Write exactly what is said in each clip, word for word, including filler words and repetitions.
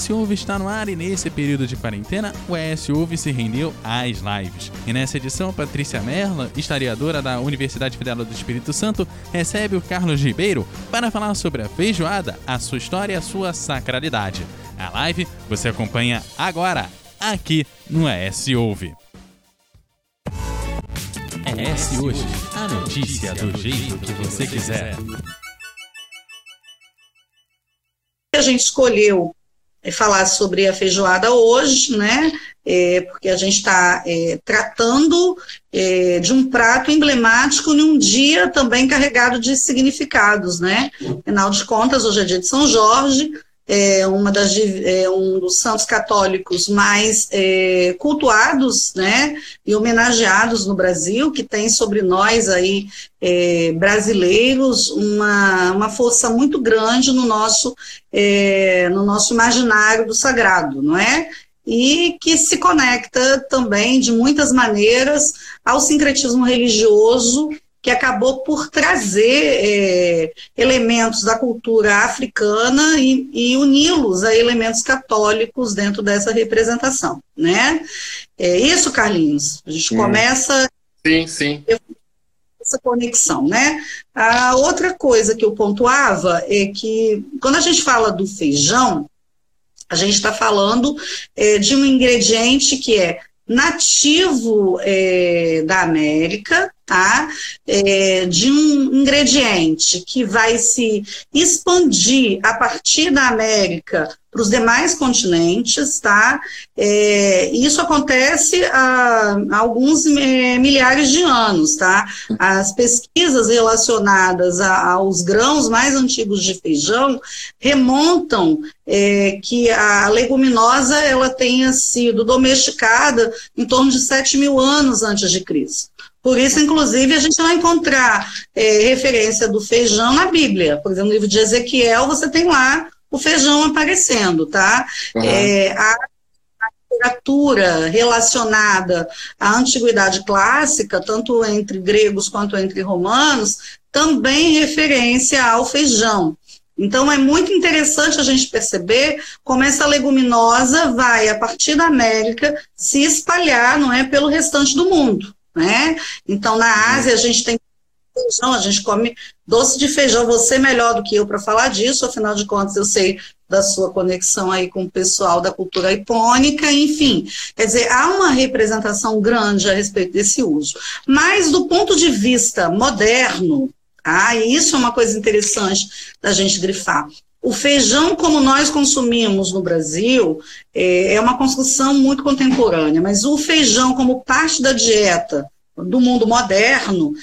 S Ouve está no ar e nesse período de quarentena, o E S Ouve se rendeu às lives. E nessa edição, Patrícia Merla, historiadora da Universidade Federal do Espírito Santo, recebe o Carlos Ribeiro para falar sobre a feijoada, a sua história e a sua sacralidade. A live você acompanha agora, aqui no E S Ouve. E S Hoje, a notícia do jeito que você quiser. A gente escolheu falar sobre a feijoada hoje, né? É, porque a gente está é, tratando é, de um prato emblemático em um dia também carregado de significados, né? Afinal de contas, hoje é dia de São Jorge, é, uma das, é um dos santos católicos mais é, cultuados, né, e homenageados no Brasil, que tem sobre nós aí, é, brasileiros, uma, uma força muito grande no nosso, é, no nosso imaginário do sagrado, não é? E que se conecta também, de muitas maneiras, ao sincretismo religioso, que acabou por trazer é, elementos da cultura africana e, e uni-los a elementos católicos dentro dessa representação, né? É isso, Carlinhos? A gente hum. começa... Sim, sim. Essa conexão, né? A outra coisa que eu pontuava é que, quando a gente fala do feijão, a gente está falando é, de um ingrediente que é nativo é, da América, tá? É, de um ingrediente que vai se expandir a partir da América para os demais continentes, tá? É, isso acontece há, há alguns é, milhares de anos, tá? As pesquisas relacionadas a, aos grãos mais antigos de feijão remontam é, que a leguminosa ela tenha sido domesticada em torno de sete mil anos antes de Cristo. Por isso, inclusive, a gente vai encontrar é, referência do feijão na Bíblia. Por exemplo, no livro de Ezequiel, você tem lá o feijão aparecendo, tá? Uhum. É, a, a literatura relacionada à antiguidade clássica, tanto entre gregos quanto entre romanos, também referência ao feijão. Então, é muito interessante a gente perceber como essa leguminosa vai, a partir da América, se espalhar, não é, pelo restante do mundo. Né? Então, na Ásia, a gente tem feijão, a gente come doce de feijão. Você melhor do que eu para falar disso, afinal de contas, eu sei da sua conexão aí com o pessoal da cultura hipônica, enfim. Quer dizer, há uma representação grande a respeito desse uso. Mas, do ponto de vista moderno, ah, e isso é uma coisa interessante da gente grifar. O feijão, como nós consumimos no Brasil, é uma construção muito contemporânea, mas o feijão, como parte da dieta do mundo moderno,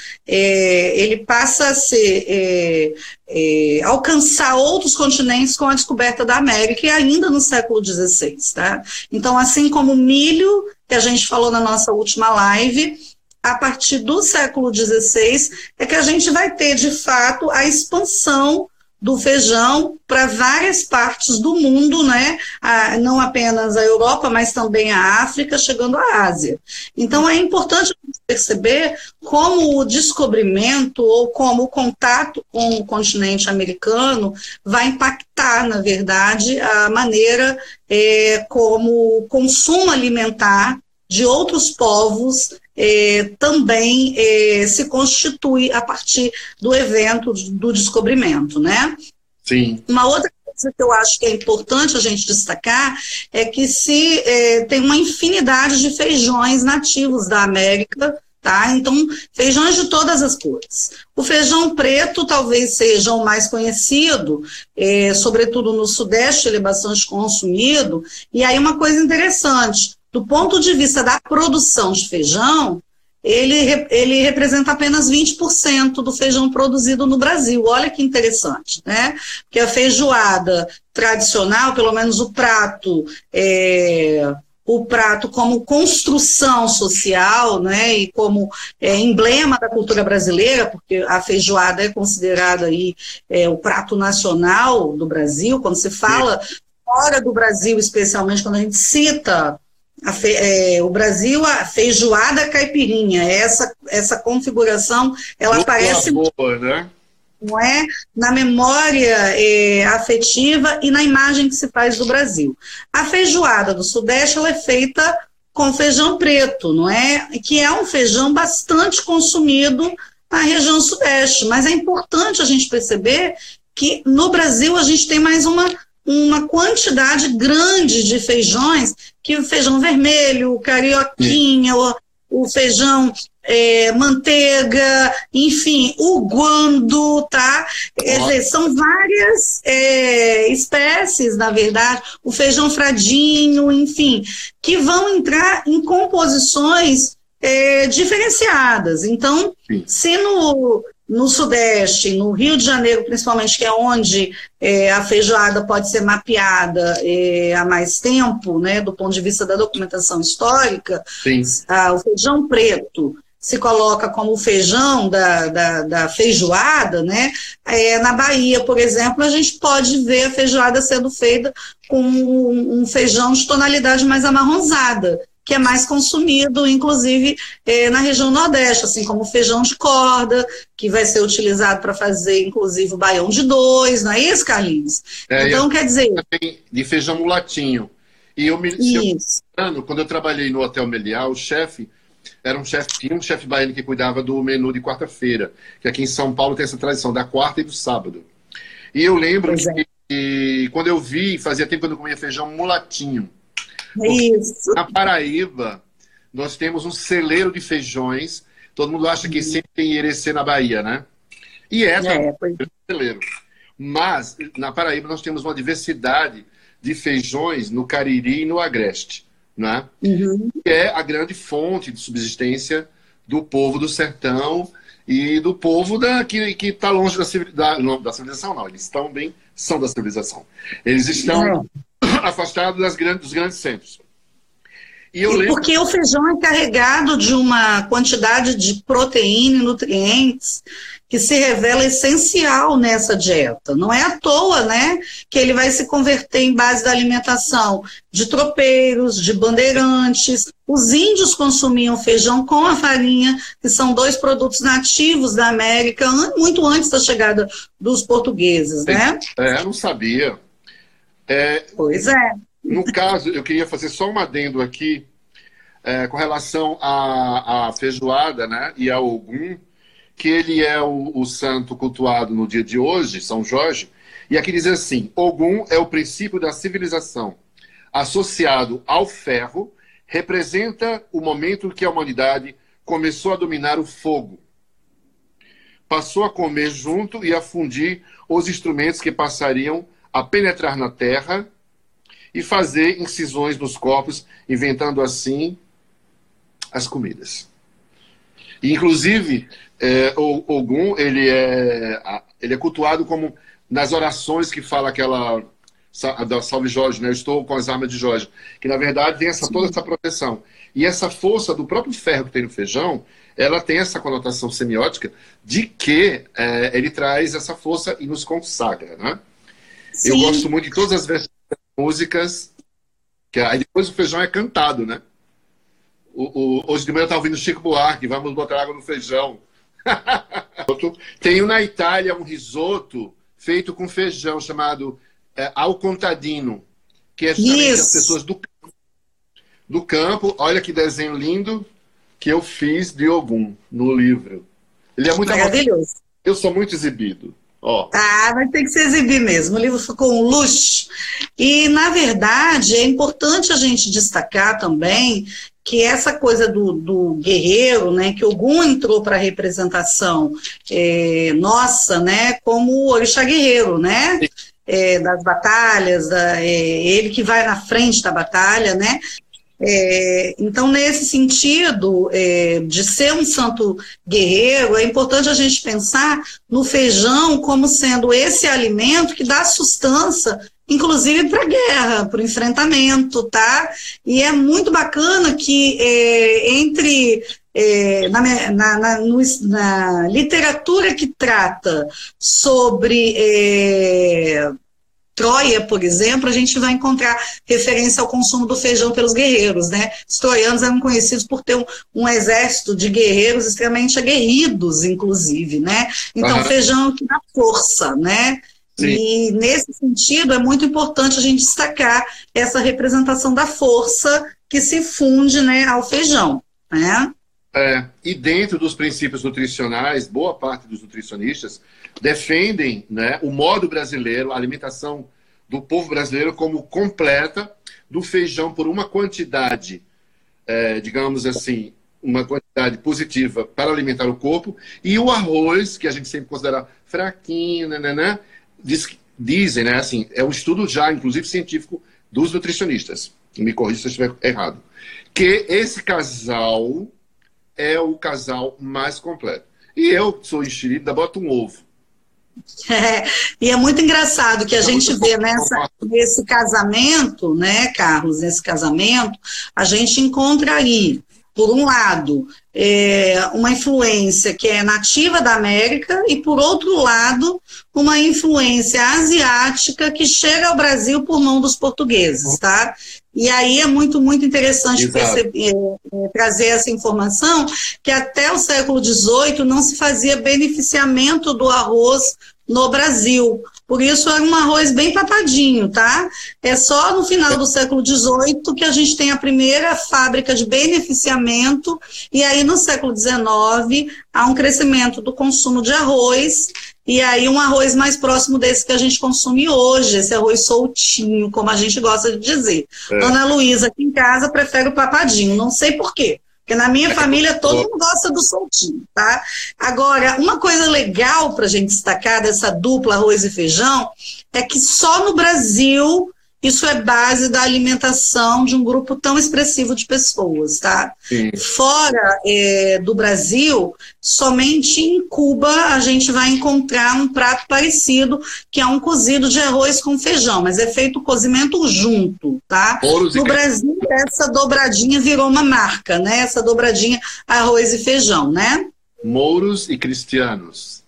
é, ele passa a ser, é, é, alcançar outros continentes com a descoberta da América, e ainda no século dezesseis. Tá? Então, assim como o milho, que a gente falou na nossa última live, a partir do século dezesseis é que a gente vai ter, de fato, a expansão do feijão para várias partes do mundo, né? Ah, não apenas a Europa, mas também a África, chegando à Ásia. Então, é importante perceber como o descobrimento ou como o contato com o continente americano vai impactar, na verdade, a maneira é, como o consumo alimentar de outros povos eh, também eh, se constitui a partir do evento do descobrimento, né? Sim. Uma outra coisa que eu acho que é importante a gente destacar é que se eh, tem uma infinidade de feijões nativos da América, tá? Então, feijões de todas as cores. O feijão preto talvez seja o mais conhecido, eh, sobretudo no Sudeste, ele é bastante consumido. E aí uma coisa interessante, do ponto de vista da produção de feijão, ele, ele representa apenas vinte por cento do feijão produzido no Brasil. Olha que interessante, né? Porque a feijoada tradicional, pelo menos o prato, é, o prato como construção social, né? E como é, emblema da cultura brasileira, porque a feijoada é considerada aí, é, o prato nacional do Brasil. Quando se fala fora do Brasil, especialmente quando a gente cita A fe, é, o Brasil, a feijoada caipirinha, essa, essa configuração, ela Muito aparece... boa, né? não é? Na memória é, afetiva e na imagem que se faz do Brasil. A feijoada do Sudeste ela é feita com feijão preto, não é? Que é um feijão bastante consumido na região Sudeste, mas é importante a gente perceber que no Brasil a gente tem mais uma, uma quantidade grande de feijões, que o feijão vermelho, o carioquinha, o, o feijão é, manteiga, enfim, o guando, tá? Quer dizer, são várias é, espécies, na verdade, o feijão fradinho, enfim, que vão entrar em composições é, diferenciadas. Então, Sim. se no, no Sudeste, no Rio de Janeiro, principalmente, que é onde é, a feijoada pode ser mapeada é, há mais tempo, né, do ponto de vista da documentação histórica, a, o feijão preto se coloca como o feijão da, da, da feijoada, né? É, na Bahia, por exemplo, a gente pode ver a feijoada sendo feita com um, um feijão de tonalidade mais amarronzada, que é mais consumido, inclusive, é, na região Nordeste, assim como o feijão de corda, que vai ser utilizado para fazer, inclusive, o baião de dois, não é isso, Carlinhos? É, então, quer dizer... De feijão mulatinho. E eu me lembro, quando eu trabalhei no Hotel Meliá, o chefe era um chefe, tinha um chefe baiano que cuidava do menu de quarta-feira, que aqui em São Paulo tem essa tradição, da quarta e do sábado. E eu lembro que, é. que quando eu vi, fazia tempo que eu não comia feijão mulatinho. Isso. Na Paraíba, nós temos um celeiro de feijões. Todo mundo acha que sempre tem Irecê na Bahia, né? E é, é pois... um celeiro. Mas, na Paraíba, nós temos uma diversidade de feijões no Cariri e no Agreste, né? Uhum. Que é a grande fonte de subsistência do povo do sertão e do povo da, que está longe da, da, não, da civilização, não. Eles estão bem, são da civilização. Eles estão... É. afastado das grandes, dos grandes centros. E eu e lembro... Porque o feijão é carregado de uma quantidade de proteína e nutrientes que se revela essencial nessa dieta. Não é à toa, né, que ele vai se converter em base da alimentação de tropeiros, de bandeirantes. Os índios consumiam feijão com a farinha, que são dois produtos nativos da América, muito antes da chegada dos portugueses, né? É, eu não sabia. É, pois é. No caso, eu queria fazer só um adendo aqui é, com relação à, à feijoada, né, e ao Ogum, que ele é o, o santo cultuado no dia de hoje, São Jorge, e aqui diz assim: Ogum é o princípio da civilização, associado ao ferro, representa o momento em que a humanidade começou a dominar o fogo. Passou a comer junto e a fundir os instrumentos que passariam a penetrar na terra e fazer incisões nos corpos, inventando assim as comidas. E, inclusive, é, o Ogum, ele é, ele é cultuado como nas orações que fala aquela da Salve Jorge, né? Eu estou com as armas de Jorge, que na verdade tem essa, toda essa proteção. E essa força do próprio ferro que tem no feijão, ela tem essa conotação semiótica de que é, ele traz essa força e nos consagra, né? Sim. Eu gosto muito de todas as versões das músicas, que aí depois o feijão é cantado, né? O, o, hoje de manhã eu estava ouvindo Chico Buarque, vamos botar água no feijão. Tenho na Itália um risoto feito com feijão chamado é, al contadino, que é justamente Isso. as pessoas do campo. Do campo, olha que desenho lindo que eu fiz de Ogum no livro. Ele é muito maravilhoso. Eu sou muito exibido. Oh. Ah, vai ter que se exibir mesmo. O livro ficou um luxo. E, na verdade, é importante a gente destacar também que essa coisa do, do guerreiro, né, que Ogum entrou para a representação é, nossa, né, como o orixá guerreiro, né, é, das batalhas, da, é, ele que vai na frente da batalha, né. É, então, nesse sentido é, de ser um santo guerreiro, é importante a gente pensar no feijão como sendo esse alimento que dá sustância, inclusive para a guerra, para o enfrentamento, tá? E é muito bacana que é, entre é, na, na, na, no, na literatura que trata sobre é, Troia, por exemplo, a gente vai encontrar referência ao consumo do feijão pelos guerreiros, né? Os troianos eram conhecidos por ter um, um exército de guerreiros extremamente aguerridos, inclusive, né? Então, uhum. feijão que dá força, né? Sim. E, nesse sentido, é muito importante a gente destacar essa representação da força que se funde, né, ao feijão, né? É, e dentro dos princípios nutricionais, boa parte dos nutricionistas defendem, né, o modo brasileiro, a alimentação do povo brasileiro como completa, do feijão por uma quantidade, é, digamos assim, uma quantidade positiva para alimentar o corpo, e o arroz, que a gente sempre considera fraquinho, né, né, né, diz, dizem, né, assim, é um estudo já, inclusive científico, dos nutricionistas, me corrija se eu estiver errado, que esse casal é o casal mais completo. E eu sou enxerida, boto um ovo. É, e é muito engraçado que a gente vê nessa, nesse casamento, né, Carlos, nesse casamento, a gente encontra aí, por um lado, é, uma influência que é nativa da América e, por outro lado, uma influência asiática que chega ao Brasil por mão dos portugueses, tá? E aí é muito, muito interessante perceber, é, trazer essa informação que até o século dezoito não se fazia beneficiamento do arroz no Brasil. Por isso era um arroz bem papadinho, tá? É só no final do século dezoito que a gente tem a primeira fábrica de beneficiamento, e aí no século dezenove há um crescimento do consumo de arroz, e aí um arroz mais próximo desse que a gente consome hoje, esse arroz soltinho, como a gente gosta de dizer. É. Ana Luísa, aqui em casa, prefere o papadinho, não sei por quê. Porque na minha família todo mundo gosta do soltinho, tá? Agora, uma coisa legal para a gente destacar dessa dupla arroz e feijão é que só no Brasil isso é base da alimentação de um grupo tão expressivo de pessoas, tá? Sim. Fora é, do Brasil, somente em Cuba a gente vai encontrar um prato parecido, que é um cozido de arroz com feijão, mas é feito o cozimento junto, tá? No Brasil, essa dobradinha virou uma marca, né? Essa dobradinha arroz e feijão, né? Mouros e cristianos.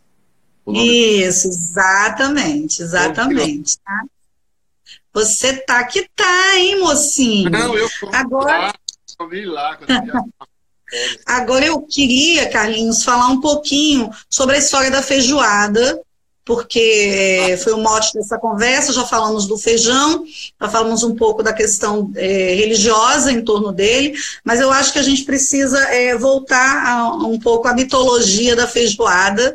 Isso, exatamente, exatamente, tá? Você tá que tá, hein, mocinho? Não, eu agora... comi lá. Quando eu agora eu queria, Carlinhos, falar um pouquinho sobre a história da feijoada, porque foi o mote dessa conversa. Já falamos do feijão, já falamos um pouco da questão é, religiosa em torno dele, mas eu acho que a gente precisa é, voltar a, um pouco à mitologia da feijoada,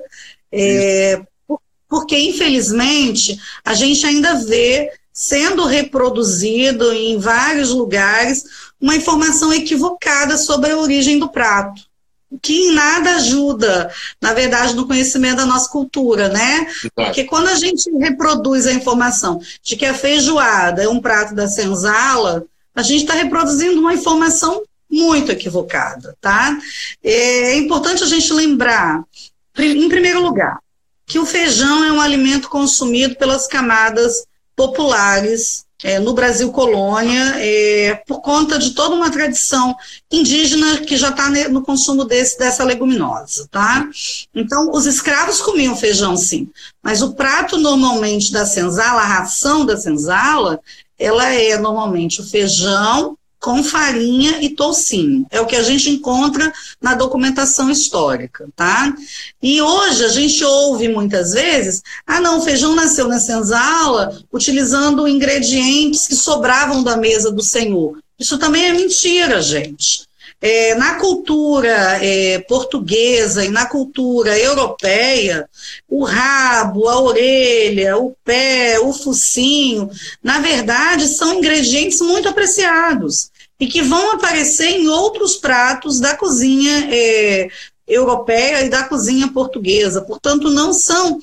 é, porque, infelizmente, a gente ainda vê sendo reproduzido em vários lugares uma informação equivocada sobre a origem do prato, que em nada ajuda, na verdade, no conhecimento da nossa cultura, né? Porque quando a gente reproduz a informação de que a feijoada é um prato da senzala, a gente está reproduzindo uma informação muito equivocada, tá? É importante a gente lembrar, em primeiro lugar, que o feijão é um alimento consumido pelas camadas populares é, no Brasil colônia, é, por conta de toda uma tradição indígena que já está no consumo desse, dessa leguminosa, tá? Então, os escravos comiam feijão, sim, mas o prato normalmente da senzala, a ração da senzala, ela é normalmente o feijão com farinha e toucinho. É o que a gente encontra na documentação histórica, tá? E hoje a gente ouve muitas vezes, ah não, o feijão nasceu na senzala utilizando ingredientes que sobravam da mesa do senhor. Isso também é mentira, gente. É, na cultura é, portuguesa e na cultura europeia, o rabo, a orelha, o pé, o focinho, na verdade, são ingredientes muito apreciados e que vão aparecer em outros pratos da cozinha é, europeia e da cozinha portuguesa. Portanto, não são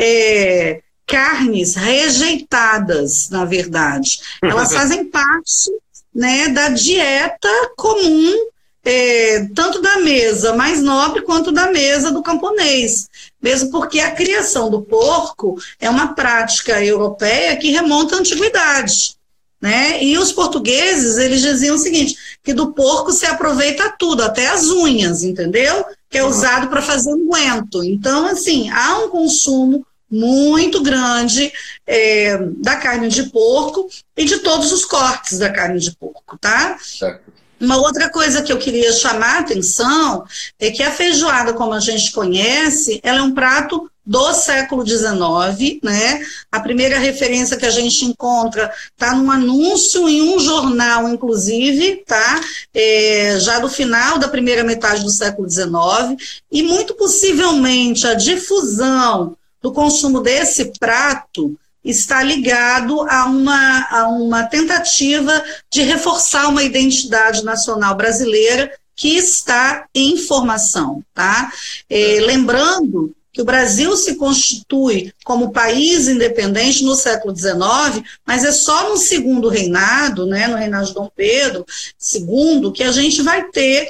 é, carnes rejeitadas, na verdade. Elas fazem parte, né, da dieta comum, É, tanto da mesa mais nobre quanto da mesa do camponês, mesmo porque a criação do porco é uma prática europeia que remonta à antiguidade, né? E os portugueses, eles diziam o seguinte, que do porco se aproveita tudo, até as unhas, entendeu? Que é usado para fazer unguento. Então, assim, há um consumo muito grande é, da carne de porco e de todos os cortes da carne de porco, tá? Certo. Uma outra coisa que eu queria chamar a atenção é que a feijoada, como a gente conhece, ela é um prato do século dezenove, né? A primeira referência que a gente encontra está num anúncio em um jornal, inclusive, tá? É, já do final da primeira metade do século dezenove, e muito possivelmente a difusão do consumo desse prato está ligado a uma, a uma tentativa de reforçar uma identidade nacional brasileira que está em formação, tá? É, lembrando que o Brasil se constitui como país independente no século dezenove, mas é só no segundo reinado, né, no reinado de Dom Pedro segundo, que a gente vai ter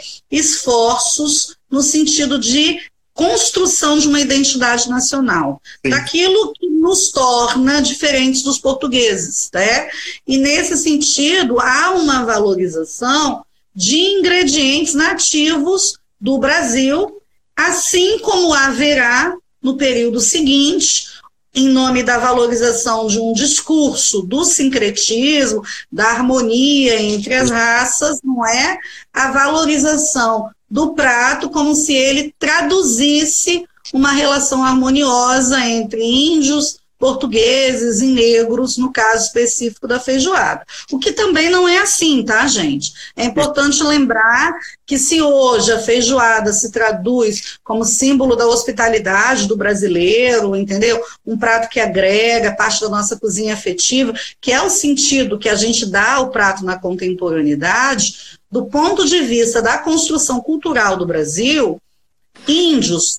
esforços no sentido de construção de uma identidade nacional, Sim. daquilo que nos torna diferentes dos portugueses, né? E nesse sentido há uma valorização de ingredientes nativos do Brasil, assim como haverá no período seguinte, em nome da valorização de um discurso do sincretismo, da harmonia entre as raças, não é? A valorização do prato como se ele traduzisse uma relação harmoniosa entre índios, portugueses e negros, no caso específico da feijoada. O que também não é assim, tá, gente? É importante lembrar que se hoje a feijoada se traduz como símbolo da hospitalidade do brasileiro, entendeu? Um prato que agrega parte da nossa cozinha afetiva, que é o sentido que a gente dá ao prato na contemporaneidade, do ponto de vista da construção cultural do Brasil, índios,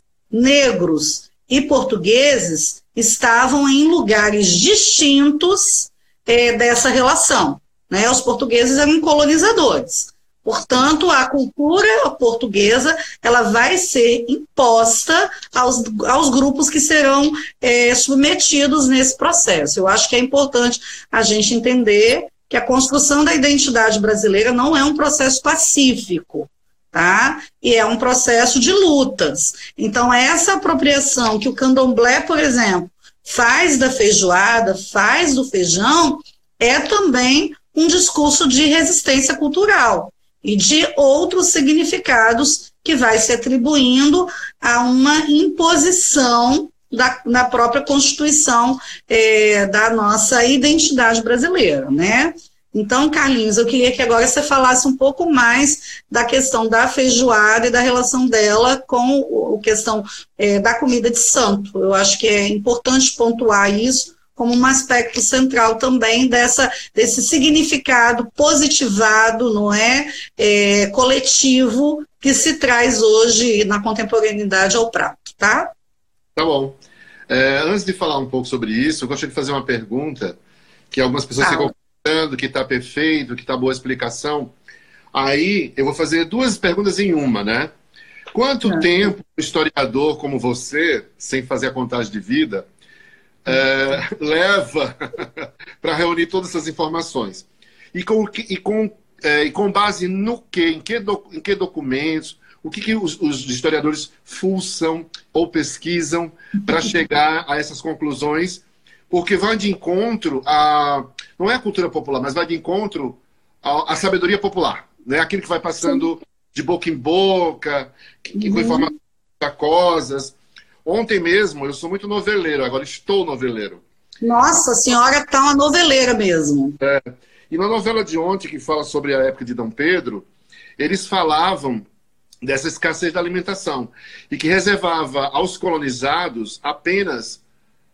negros e portugueses estavam em lugares distintos é, dessa relação, né? Os portugueses eram colonizadores. Portanto, a cultura portuguesa ela vai ser imposta aos, aos grupos que serão é, submetidos nesse processo. Eu acho que é importante a gente entender que a construção da identidade brasileira não é um processo pacífico, tá? E é um processo de lutas. Então, essa apropriação que o candomblé, por exemplo, faz da feijoada, faz do feijão, é também um discurso de resistência cultural e de outros significados que vai se atribuindo a uma imposição da, na própria Constituição é, da nossa identidade brasileira, né? Então, Carlinhos, eu queria que agora você falasse um pouco mais da questão da feijoada e da relação dela com a questão é, da comida de santo. Eu acho que é importante pontuar isso como um aspecto central também dessa, desse significado positivado, não é, é, coletivo, que se traz hoje na contemporaneidade ao prato, tá? Tá bom. É, antes de falar um pouco sobre isso, eu gostaria de fazer uma pergunta que algumas pessoas ficam que está perfeito, que está boa a explicação. Aí eu vou fazer duas perguntas em uma, né? Quanto é. tempo um historiador como você, sem fazer a contagem de vida, é, leva para reunir todas essas informações? E com, e com, é, e com base no quê? Em que, do, em que documentos? O que, que os, os historiadores fuçam ou pesquisam para chegar a essas conclusões? Porque vai de encontro a... Não é a cultura popular, mas vai de encontro à, à sabedoria popular. Né? Aquilo que vai passando Sim. de boca em boca, que, que uhum. com informações sacosas. Ontem mesmo, eu sou muito noveleiro, agora estou noveleiro. Nossa, a senhora está uma noveleira mesmo. É. E na novela de ontem, que fala sobre a época de Dom Pedro, eles falavam dessa escassez da alimentação e que reservava aos colonizados apenas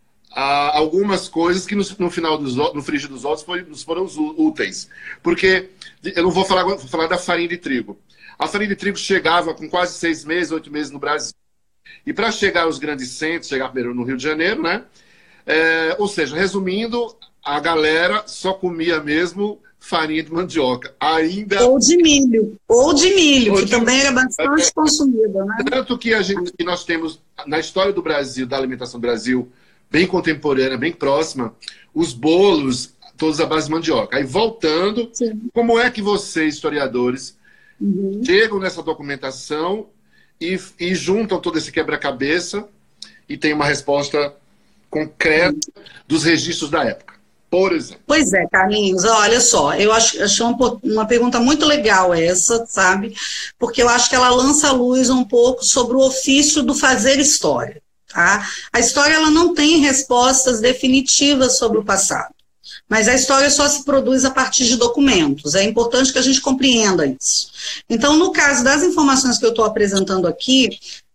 a algumas coisas que no, no final dos no frigir dos ovos foi, nos foram úteis. Porque eu não vou falar, vou falar da farinha de trigo. A farinha de trigo chegava com quase seis meses, oito meses no Brasil. E para chegar aos grandes centros, chegar primeiro no Rio de Janeiro, né? É, ou seja, resumindo, a galera só comia mesmo farinha de mandioca. Ainda... Ou de milho. Ou de milho, ou que de... também era bastante é, consumida, né? Tanto que, a gente, que nós temos, na história do Brasil, da alimentação do Brasil, bem contemporânea, bem próxima, os bolos, todos à base de mandioca. Aí, voltando, Sim. como é que vocês, historiadores, uhum. chegam nessa documentação e, e juntam todo esse quebra-cabeça e tem uma resposta concreta dos registros da época, por exemplo? Pois é, Carlinhos, olha só, eu acho, achei uma, uma pergunta muito legal essa, sabe? Porque eu acho que ela lança a luz um pouco sobre o ofício do fazer história, tá? A história, ela não tem respostas definitivas sobre o passado, mas a história só se produz a partir de documentos. É importante que a gente compreenda isso. Então, no caso das informações que eu estou apresentando aqui,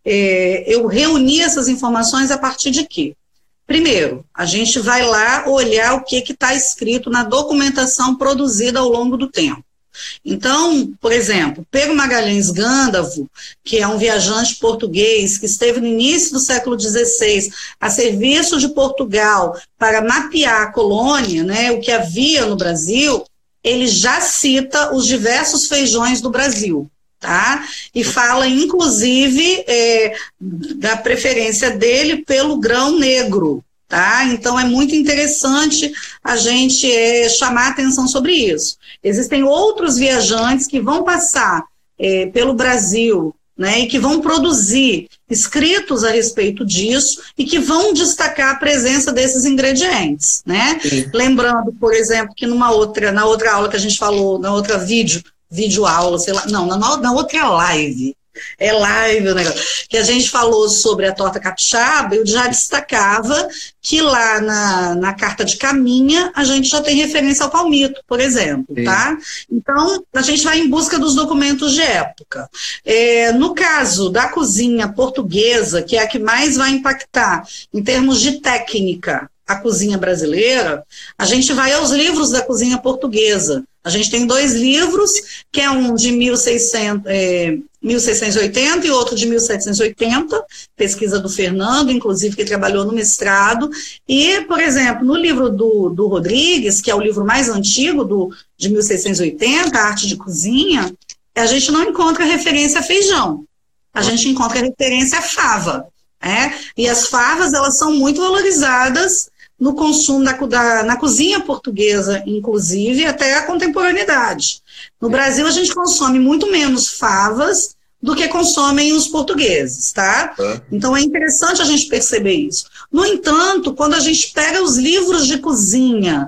é, eu reuni essas informações a partir de quê? Primeiro, a gente vai lá olhar o que está escrito na documentação produzida ao longo do tempo. Então, por exemplo, Pedro Magalhães Gândavo, que é um viajante português que esteve no início do século dezesseis a serviço de Portugal para mapear a colônia, né, o que havia no Brasil, ele já cita os diversos feijões do Brasil. Tá? E fala, inclusive, é, da preferência dele pelo grão negro. Tá? Então, é muito interessante a gente é, chamar a atenção sobre isso. Existem outros viajantes que vão passar é, pelo Brasil, né, e que vão produzir escritos a respeito disso e que vão destacar a presença desses ingredientes. Né? Lembrando, por exemplo, que numa outra, na outra aula que a gente falou, na outra vídeo, vídeo aula, sei lá, não, na, na outra live, é live o negócio, que a gente falou sobre a torta capixaba, eu já destacava que lá na, na carta de caminha a gente já tem referência ao palmito, por exemplo, Sim. tá? Então, a gente vai em busca dos documentos de época. É, no caso da cozinha portuguesa, que é a que mais vai impactar em termos de técnica a cozinha brasileira, a gente vai aos livros da cozinha portuguesa. A gente tem dois livros, que é um de mil e seiscentos, é, mil seiscentos e oitenta e outro de mil setecentos e oitenta, pesquisa do Fernando, inclusive, que trabalhou no mestrado. E, por exemplo, no livro do, do Rodrigues, que é o livro mais antigo, do, de mil seiscentos e oitenta, A Arte de Cozinha, a gente não encontra referência a feijão. A gente encontra referência a fava. É? E as favas, elas são muito valorizadas no consumo da, da, na cozinha portuguesa, inclusive, até a contemporaneidade. No Brasil, a gente consome muito menos favas do que consomem os portugueses, tá? É. Então, é interessante a gente perceber isso. No entanto, quando a gente pega os livros de cozinha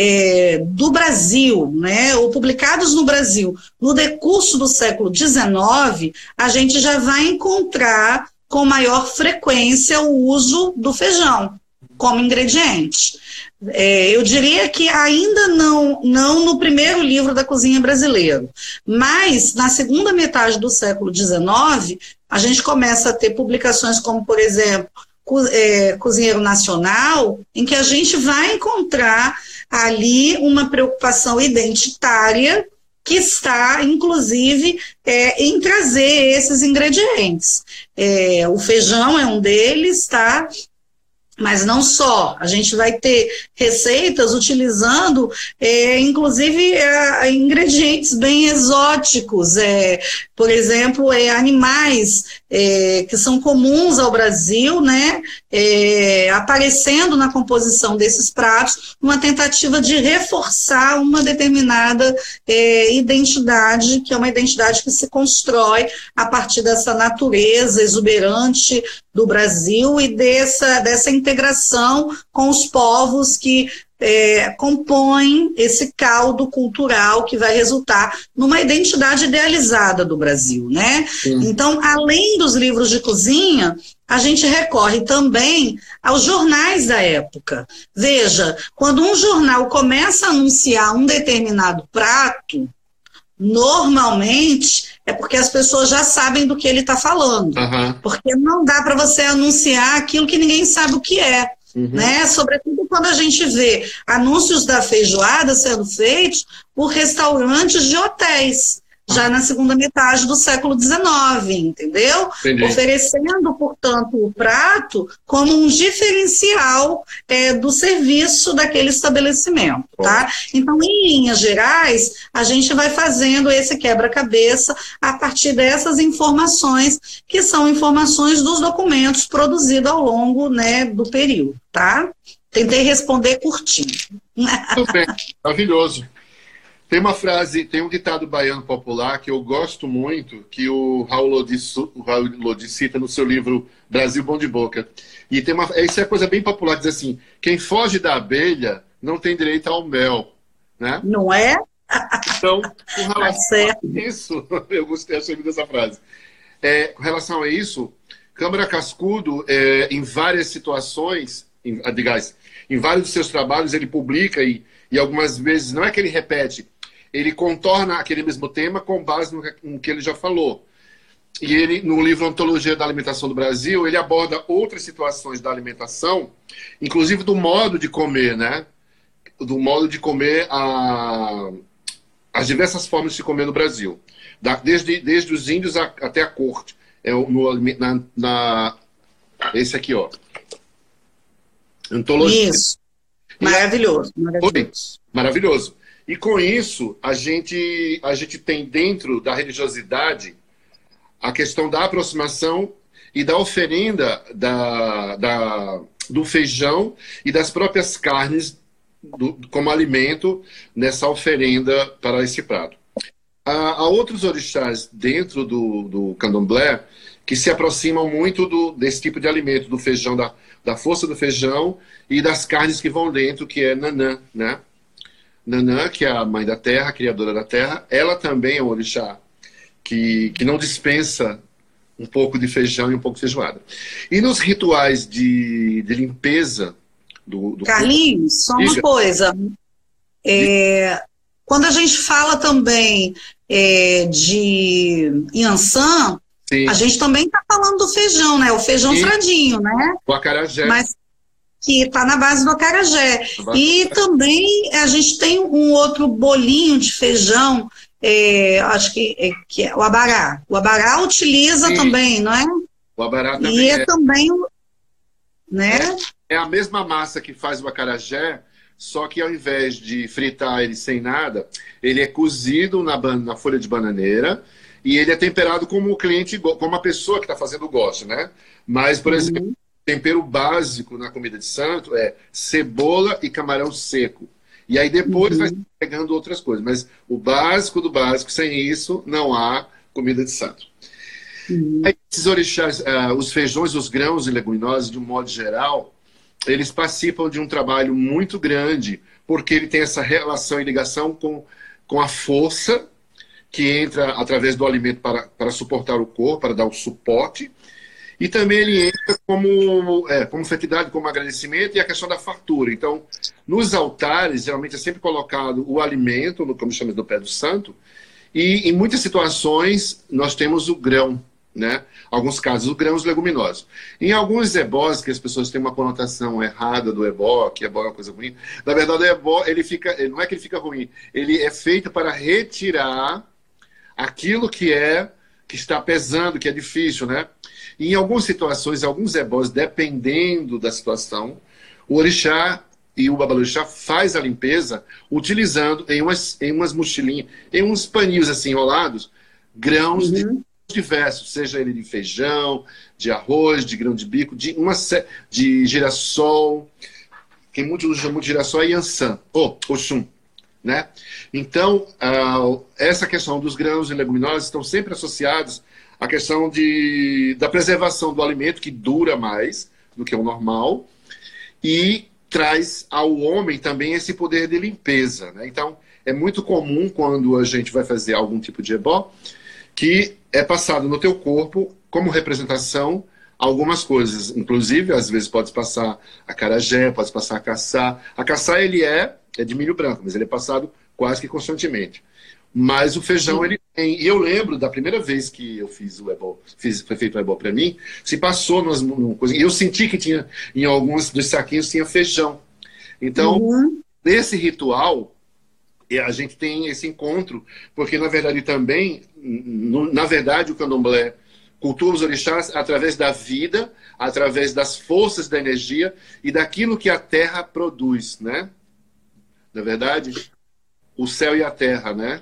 é, do Brasil, né, ou publicados no Brasil, no decurso do século dezenove, a gente já vai encontrar com maior frequência o uso do feijão como ingrediente. É, eu diria que ainda não, não no primeiro livro da cozinha brasileira, mas na segunda metade do século dezenove, a gente começa a ter publicações como, por exemplo, Co é, Cozinheiro Nacional, em que a gente vai encontrar ali uma preocupação identitária que está, inclusive, é, em trazer esses ingredientes. É, o feijão é um deles, tá? Mas não só, a gente vai ter receitas utilizando, é, inclusive, é, ingredientes bem exóticos, é, por exemplo, é, animais é, que são comuns ao Brasil, né, é, aparecendo na composição desses pratos, uma tentativa de reforçar uma determinada é, identidade, que é uma identidade que se constrói a partir dessa natureza exuberante do Brasil e dessa, dessa integração com os povos que é, compõem esse caldo cultural que vai resultar numa identidade idealizada do Brasil, né? Sim. Então, além dos livros de cozinha, a gente recorre também aos jornais da época. Veja, quando um jornal começa a anunciar um determinado prato, normalmente é porque as pessoas já sabem do que ele está falando. Uhum. Porque não dá para você anunciar aquilo que ninguém sabe o que é. Uhum. Né? Sobretudo quando a gente vê anúncios da feijoada sendo feitos por restaurantes de hotéis, já na segunda metade do século dezenove, entendeu? Entendi. Oferecendo, portanto, o prato como um diferencial é, do serviço daquele estabelecimento, tá? Então, em linhas gerais, a gente vai fazendo esse quebra-cabeça a partir dessas informações, que são informações dos documentos produzidos ao longo, né, do período, tá? Tentei responder curtinho. Muito bem, maravilhoso. Tem uma frase, tem um ditado baiano popular que eu gosto muito, que o Raul Lodi, o Raul Lodi cita no seu livro Brasil Bom de Boca. E tem uma, isso é coisa bem popular, que diz assim, quem foge da abelha não tem direito ao mel. Né? Não é? Então, com relação a isso, eu gostei, achei dessa frase. É, com relação a isso, Câmara Cascudo, é, em várias situações, em, digamos, em vários dos seus trabalhos, ele publica e, e algumas vezes, não é que ele repete, ele contorna aquele mesmo tema com base no, no que ele já falou. E ele, no livro Ontologia da Alimentação do Brasil, ele aborda outras situações da alimentação, inclusive do modo de comer, né? Do modo de comer a, as diversas formas de se comer no Brasil. Da, desde, desde os índios a, até a corte. É, no, na, na, esse aqui, ó. Ontologia. Isso. Maravilhoso. Maravilhoso. Maravilhoso. E com isso, a gente, a gente tem dentro da religiosidade a questão da aproximação e da oferenda da, da, do feijão e das próprias carnes do, como alimento nessa oferenda para esse prato. Há, há outros orixás dentro do, do candomblé que se aproximam muito do, desse tipo de alimento, do feijão, da, da força do feijão e das carnes que vão dentro, que é Nanã, né? Nanã, que é a mãe da terra, a criadora da terra, ela também é um orixá que, que não dispensa um pouco de feijão e um pouco de feijoada. E nos rituais de, de limpeza do, do Carlinhos, só uma coisa. É, quando a gente fala também é, de Iansã, sim, a gente também está falando do feijão, né? O feijão sim, fradinho, né? O acarajé. Mas que está na base do acarajé. E também a gente tem um outro bolinho de feijão, é, acho que é, que é o abará. O abará utiliza sim, também, não é? O abará também e é, é também, né? É, é a mesma massa que faz o acarajé, só que ao invés de fritar ele sem nada, ele é cozido na, na folha de bananeira e ele é temperado como o cliente, como a pessoa que está fazendo gosta, né? Mas, por uhum, exemplo, tempero básico na comida de santo é cebola e camarão seco. E aí depois uhum, vai pegando outras coisas. Mas o básico do básico, sem isso, não há comida de santo. Uhum. Aí, esses orixás, uh, os feijões, os grãos e leguminosas, de um modo geral, eles participam de um trabalho muito grande, porque ele tem essa relação e ligação com, com a força que entra através do alimento para, para suportar o corpo, para dar o suporte. E também ele entra como, é, como fertilidade, como agradecimento e a questão da fartura. Então, nos altares, geralmente é sempre colocado o alimento, no, como chamamos do pé do santo, e em muitas situações nós temos o grão, né? Alguns casos, os grãos leguminosos. Em alguns ebós, que as pessoas têm uma conotação errada do ebó, que ebó é uma coisa ruim, na verdade o ebó, ele fica, não é que ele fica ruim, ele é feito para retirar aquilo que é, que está pesando, que é difícil, né? E em algumas situações, alguns ebós, dependendo da situação, o orixá e o babalorixá faz a limpeza utilizando em umas, em umas mochilinhas, em uns paninhos assim enrolados, grãos uhum, diversos, seja ele de feijão, de arroz, de grão de bico, de, uma, de girassol. Quem muito usa muito girassol é Iansã, ou Oxum, né? Então, uh, essa questão dos grãos e leguminosas estão sempre associados a questão de, da preservação do alimento, que dura mais do que o normal, e traz ao homem também esse poder de limpeza, né? Então, é muito comum quando a gente vai fazer algum tipo de ebó, que é passado no teu corpo como representação algumas coisas. Inclusive, às vezes pode passar acarajé, pode passar caçá. A caçá, ele é, é de milho branco, mas ele é passado quase que constantemente. Mas o feijão, sim, ele tem. E eu lembro da primeira vez que eu fiz o ebó, fiz, foi feito o ebó para mim, se passou nas coisas. E eu senti que tinha, em alguns dos saquinhos, tinha feijão. Então, uhum, nesse ritual, a gente tem esse encontro, porque, na verdade, também, no, na verdade, o candomblé cultua os orixás através da vida, através das forças da energia e daquilo que a terra produz, né? Na verdade, o céu e a terra, né?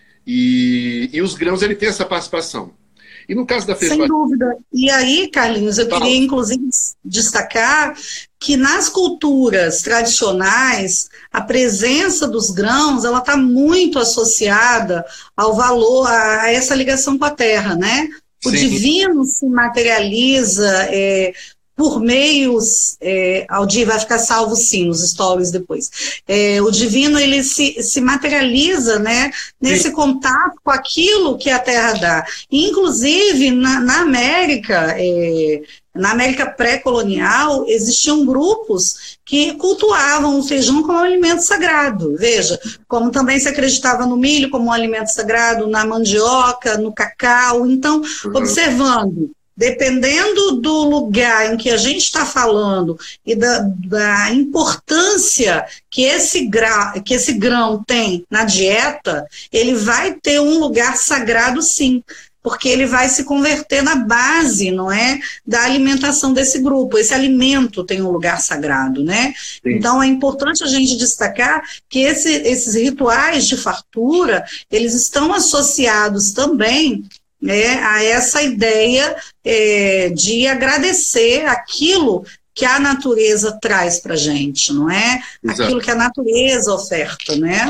E, e os grãos, ele tem essa participação. E no caso da feijoada... Sem dúvida. E aí, Carlinhos, eu queria, inclusive, destacar que nas culturas tradicionais, a presença dos grãos, ela está muito associada ao valor, a, a essa ligação com a terra, né? O Sim. divino se materializa é, por meios, é, Aldir vai ficar salvo sim nos stories depois, é, o divino ele se, se materializa, né, nesse Sim. contato com aquilo que a terra dá. Inclusive na, na América, é, na América pré-colonial, existiam grupos que cultuavam o feijão como um alimento sagrado. Veja, como também se acreditava no milho como um alimento sagrado, na mandioca, no cacau. Então, uhum. observando, dependendo do lugar em que a gente está falando e da, da importância que esse, gra, que esse grão tem na dieta, ele vai ter um lugar sagrado sim, porque ele vai se converter na base, não é, da alimentação desse grupo. Esse alimento tem um lugar sagrado, né? Sim. Então é importante a gente destacar que esse, esses rituais de fartura, eles estão associados também, né, a essa ideia é, de agradecer aquilo que a natureza traz para a gente, não é? Exato. Aquilo que a natureza oferta, né?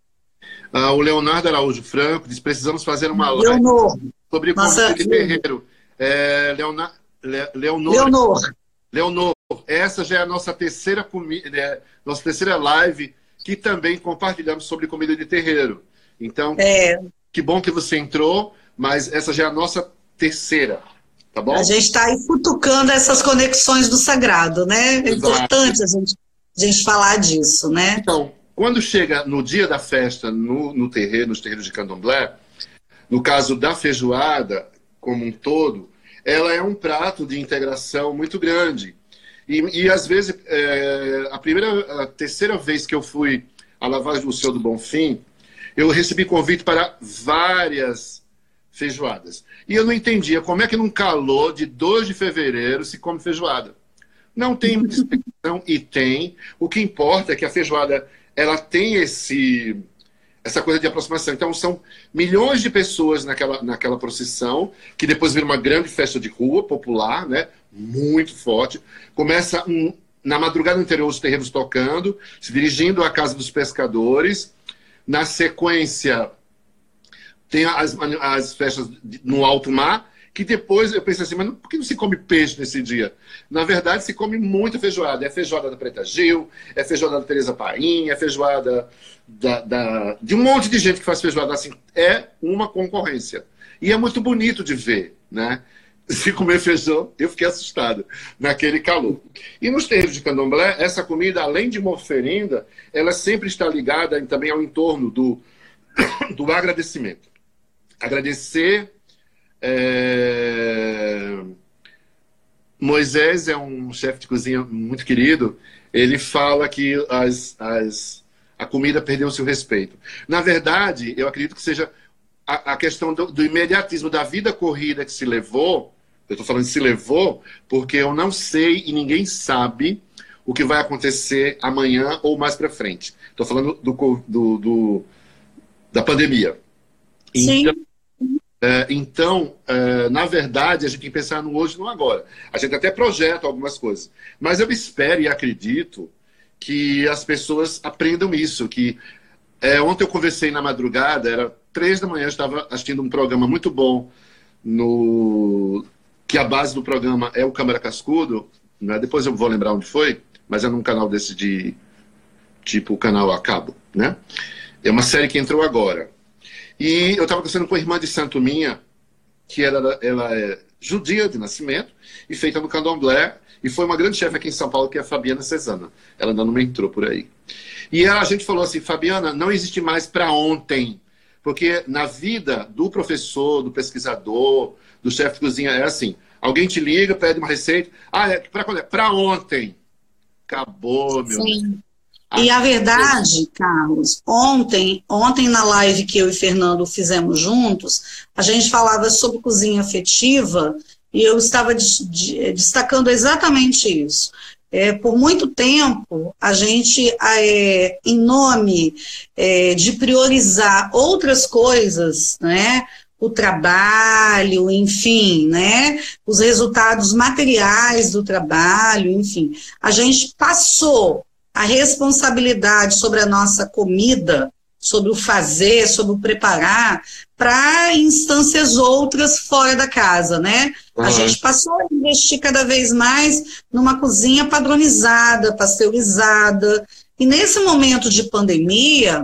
Ah, o Leonardo Araújo Franco diz: precisamos fazer uma live Leonor. sobre comida de terreiro. É, Leonor, Le, Leonor, Leonor. Leonor, essa já é a nossa terceira, é, nossa terceira live que também compartilhamos sobre comida de terreiro. Então, é. que bom que você entrou, mas essa já é a nossa terceira, tá bom? A gente está aí futucando essas conexões do sagrado, né? É importante a gente, a gente falar disso, né? Então, quando chega no dia da festa, no, no terreiro, nos terreiros de candomblé, no caso da feijoada, como um todo, ela é um prato de integração muito grande. E, e às vezes, é, a primeira, a terceira vez que eu fui à lavagem do Senhor do Bonfim, eu recebi convite para várias feijoadas. E eu não entendia como é que num calor de dois de fevereiro se come feijoada. Não tem muita explicação, e tem. O que importa é que a feijoada, ela tem esse, essa coisa de aproximação. Então, são milhões de pessoas naquela, naquela procissão, que depois vira uma grande festa de rua, popular, né? Muito forte. Começa um, na madrugada anterior, os terreiros tocando, se dirigindo à Casa dos Pescadores. Na sequência, tem as, as festas no alto mar, que depois eu pensei assim, mas por que não se come peixe nesse dia? Na verdade, se come muita feijoada. É feijoada da Preta Gil, é feijoada da Teresa Paim, é feijoada da, da, de um monte de gente que faz feijoada assim. É uma concorrência. E é muito bonito de ver, né? Se comer feijão, eu fiquei assustado naquele calor. E nos terreiros de candomblé, essa comida, além de uma oferenda, ela sempre está ligada também ao entorno do, do agradecimento. Agradecer... É... Moisés é um chefe de cozinha muito querido. Ele fala que as, as, a comida perdeu seu respeito. Na verdade, eu acredito que seja a, a questão do, do imediatismo da vida corrida que se levou. Eu estou falando se levou porque eu não sei e ninguém sabe o que vai acontecer amanhã ou mais para frente. Estou falando do, do, do, da pandemia. Sim. Então, É, então, é, na verdade, a gente tem que pensar no hoje e no agora. A gente até projeta algumas coisas. Mas eu espero e acredito que as pessoas aprendam isso. Que, é, ontem eu conversei na madrugada, era três da manhã, eu estava assistindo um programa muito bom, no, que a base do programa é o Câmara Cascudo. Né? Depois eu vou lembrar onde foi, mas é num canal desse de, tipo, o canal a cabo. Né? É uma série que entrou agora. E eu estava conversando com a irmã de santo minha, que ela, ela é judia de nascimento e feita no candomblé, e foi uma grande chefe aqui em São Paulo, que é a Fabiana Cesana. Ela ainda não me entrou por aí. E ela, a gente falou assim, Fabiana, não existe mais para ontem, porque na vida do professor, do pesquisador, do chefe de cozinha, é assim, alguém te liga, pede uma receita, ah, é para quando é? Para ontem. Acabou, meu Sim. Deus. E a verdade, Carlos, ontem, ontem na live que eu e Fernando fizemos juntos, a gente falava sobre cozinha afetiva e eu estava de, de, destacando exatamente isso. É, por muito tempo, a gente, é, em nome é, de priorizar outras coisas, né, o trabalho, enfim, né? Os resultados materiais do trabalho, enfim. A gente passou a responsabilidade sobre a nossa comida, sobre o fazer, sobre o preparar, para instâncias outras fora da casa, né? Uhum. A gente passou a investir cada vez mais numa cozinha padronizada, pasteurizada. E nesse momento de pandemia,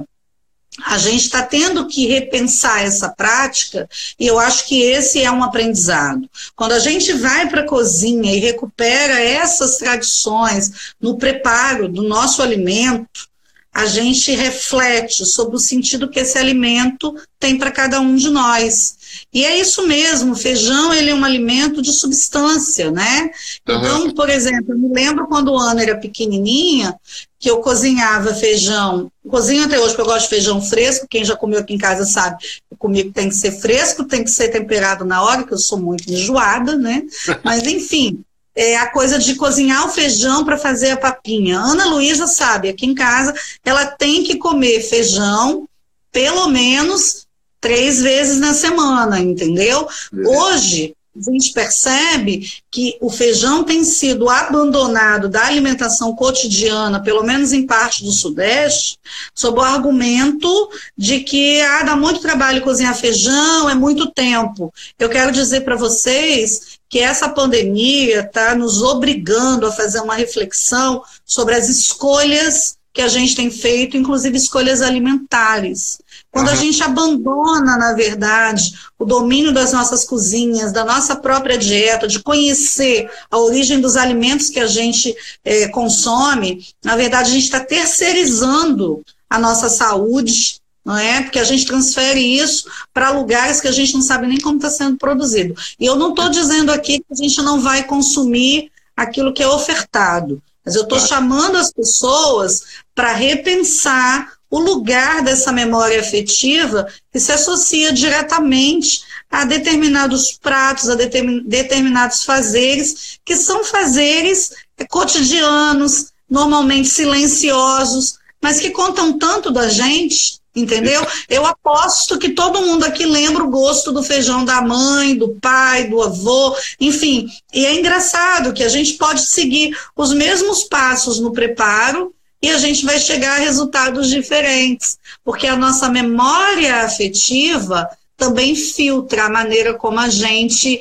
a gente está tendo que repensar essa prática, e eu acho que esse é um aprendizado. Quando a gente vai para a cozinha e recupera essas tradições no preparo do nosso alimento, a gente reflete sobre o sentido que esse alimento tem para cada um de nós. E é isso mesmo, o feijão ele é um alimento de substância, né? Uhum. Então, por exemplo, eu me lembro quando a Ana era pequenininha, que eu cozinhava feijão, cozinho até hoje porque eu gosto de feijão fresco, quem já comeu aqui em casa sabe, comigo tem que ser fresco, tem que ser temperado na hora, que eu sou muito enjoada, né? Mas enfim... É a coisa de cozinhar o feijão para fazer a papinha. Ana Luísa sabe, aqui em casa, ela tem que comer feijão pelo menos três vezes na semana, entendeu? Hoje, a gente percebe que o feijão tem sido abandonado da alimentação cotidiana, pelo menos em parte do Sudeste, sob o argumento de que ah, dá muito trabalho cozinhar feijão, é muito tempo. Eu quero dizer para vocês que essa pandemia está nos obrigando a fazer uma reflexão sobre as escolhas que a gente tem feito, inclusive escolhas alimentares. Quando a gente abandona, na verdade, o domínio das nossas cozinhas, da nossa própria dieta, de conhecer a origem dos alimentos que a gente é, consome, na verdade, a gente está terceirizando a nossa saúde, não é? Porque a gente transfere isso para lugares que a gente não sabe nem como está sendo produzido. E eu não estou dizendo aqui que a gente não vai consumir aquilo que é ofertado, mas eu estou chamando as pessoas para repensar o lugar dessa memória afetiva que se associa diretamente a determinados pratos, a determin, determinados fazeres, que são fazeres cotidianos, normalmente silenciosos, mas que contam tanto da gente, entendeu? Eu aposto que todo mundo aqui lembra o gosto do feijão da mãe, do pai, do avô, enfim. E é engraçado que a gente pode seguir os mesmos passos no preparo e a gente vai chegar a resultados diferentes, porque a nossa memória afetiva também filtra a maneira como a gente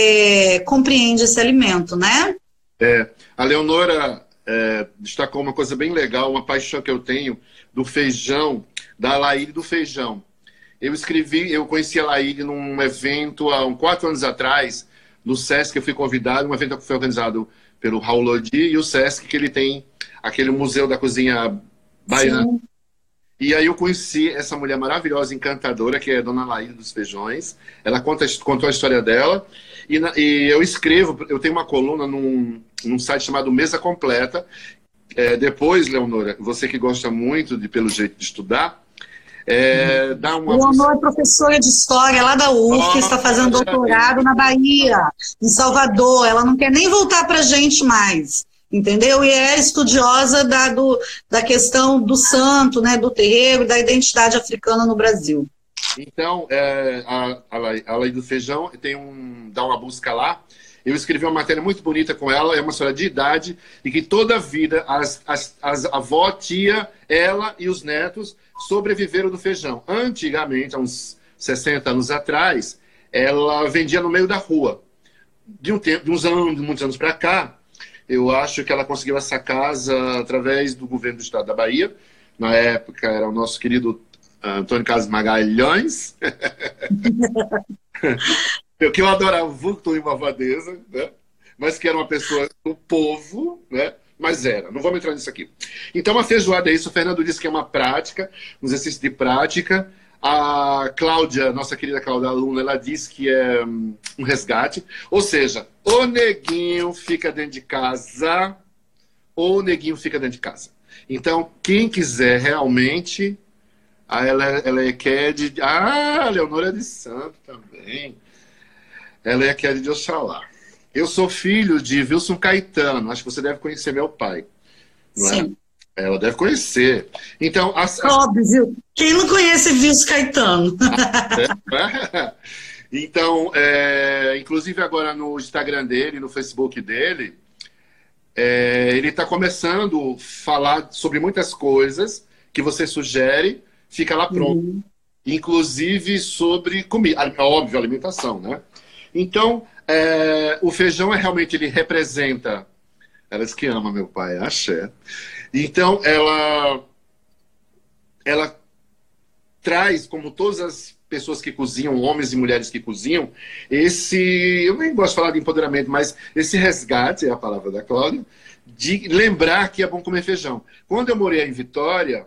é, compreende esse alimento, né? É, a Leonora é, destacou uma coisa bem legal, uma paixão que eu tenho do feijão, da Laíde do feijão. Eu escrevi, eu conheci a Laíde num evento há uns quatro anos atrás, no Sesc, eu fui convidado, um evento que foi organizado pelo Raul Lodi e o Sesc, que ele tem aquele museu da cozinha baiana. Sim. E aí eu conheci essa mulher maravilhosa, encantadora, que é a Dona Laíde dos Feijões. Ela conta, contou a história dela. E, na, e eu escrevo, eu tenho uma coluna num, num site chamado Mesa Completa. É, depois, Leonora, você que gosta muito, de, pelo jeito de estudar, é, dá uma... Leonora é professora de História lá da U F, oh, está fazendo doutorado na Bahia, em Salvador. Ela não quer nem voltar para a gente mais. Entendeu? E é estudiosa da, do, da questão do santo, né, do terreiro, da identidade africana no Brasil. Então, é, a, a Laíde do Feijão tem um, dá uma busca lá. Eu escrevi uma matéria muito bonita com ela, é uma senhora de idade, e que toda a vida as, as, as avó, tia, ela e os netos sobreviveram do feijão. Antigamente, há uns sessenta anos atrás, ela vendia no meio da rua. De, um tempo, de uns anos, de muitos anos para cá, eu acho que ela conseguiu essa casa através do governo do estado da Bahia. Na época era o nosso querido Antônio Carlos Magalhães. eu, que eu adorava, o vulto e uma vadeza, né? Mas que era uma pessoa do povo, né? Mas era, não vamos entrar nisso aqui. Então a feijoada é isso, o Fernando disse que é uma prática, um exercício de prática. A Cláudia, nossa querida Cláudia aluna, ela disse que é um resgate. Ou seja, o neguinho fica dentro de casa, ou o neguinho fica dentro de casa. Então, quem quiser realmente... Ah, ela, ela é Ked... Ah, a Leonora é de Santo também. Ela é Ked de Oxalá. Eu sou filho de Wilson Caetano. Acho que você deve conhecer meu pai. Não Sim. Ela deve conhecer. Então, as, as... Óbvio. Quem não conhece Vilso Caetano? Então, é, inclusive agora no Instagram dele, no Facebook dele, é, ele está começando a falar sobre muitas coisas que você sugere, fica lá pronto. Uhum. Inclusive sobre comida, óbvio, alimentação, né? Então, é, o feijão é realmente, ele representa... Elas que ama meu pai, axé. Então, ela, ela traz, como todas as pessoas que cozinham, homens e mulheres que cozinham, esse, eu nem gosto de falar de empoderamento, mas esse resgate, é a palavra da Cláudia, de lembrar que é bom comer feijão. Quando eu morei em Vitória,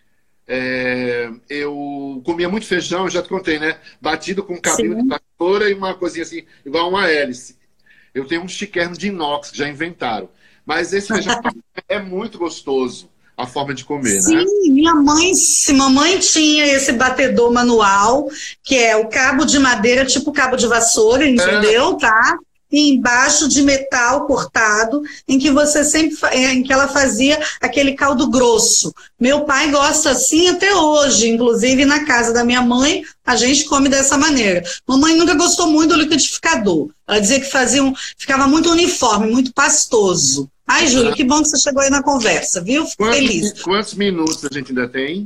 é, eu comia muito feijão, já te contei, né? Batido com cabelo de pastora e uma coisinha assim, igual uma hélice. Eu tenho um chiquérrimo de inox que já inventaram. Mas esse feijão é muito gostoso, a forma de comer, Sim, né? Sim, minha mãe, se mamãe tinha esse batedor manual, que é o cabo de madeira, tipo cabo de vassoura, entendeu? É. Tá? E embaixo de metal cortado, em que você sempre, em que ela fazia aquele caldo grosso. Meu pai gosta assim até hoje, inclusive na casa da minha mãe, a gente come dessa maneira. Mamãe nunca gostou muito do liquidificador. Ela dizia que fazia um, ficava muito uniforme, muito pastoso. Ai, Júlio, que bom que você chegou aí na conversa, viu? Fico quantos, feliz. Quantos minutos a gente ainda tem?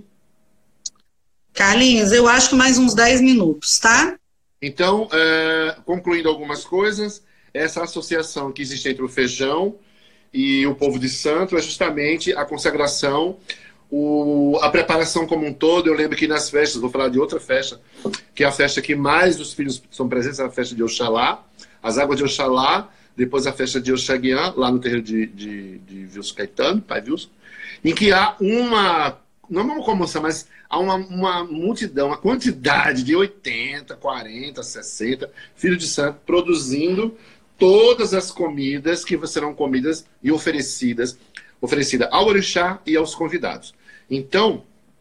Carlinhos, eu acho que mais uns dez minutos, tá? Então, é, concluindo algumas coisas, essa associação que existe entre o feijão e o povo de santo é justamente a consagração, o, a preparação como um todo. Eu lembro que nas festas, vou falar de outra festa, que é a festa que mais os filhos são presentes, é a festa de Oxalá, as águas de Oxalá, depois a festa de Oxaguian, lá no terreiro de, de, de Vilso Caetano, pai Vilso, em que há uma, não é uma comoção, mas há uma, uma multidão, uma quantidade de oitenta, quarenta, sessenta filhos de santo produzindo todas as comidas que serão comidas e oferecidas, oferecida ao orixá e aos convidados. Então,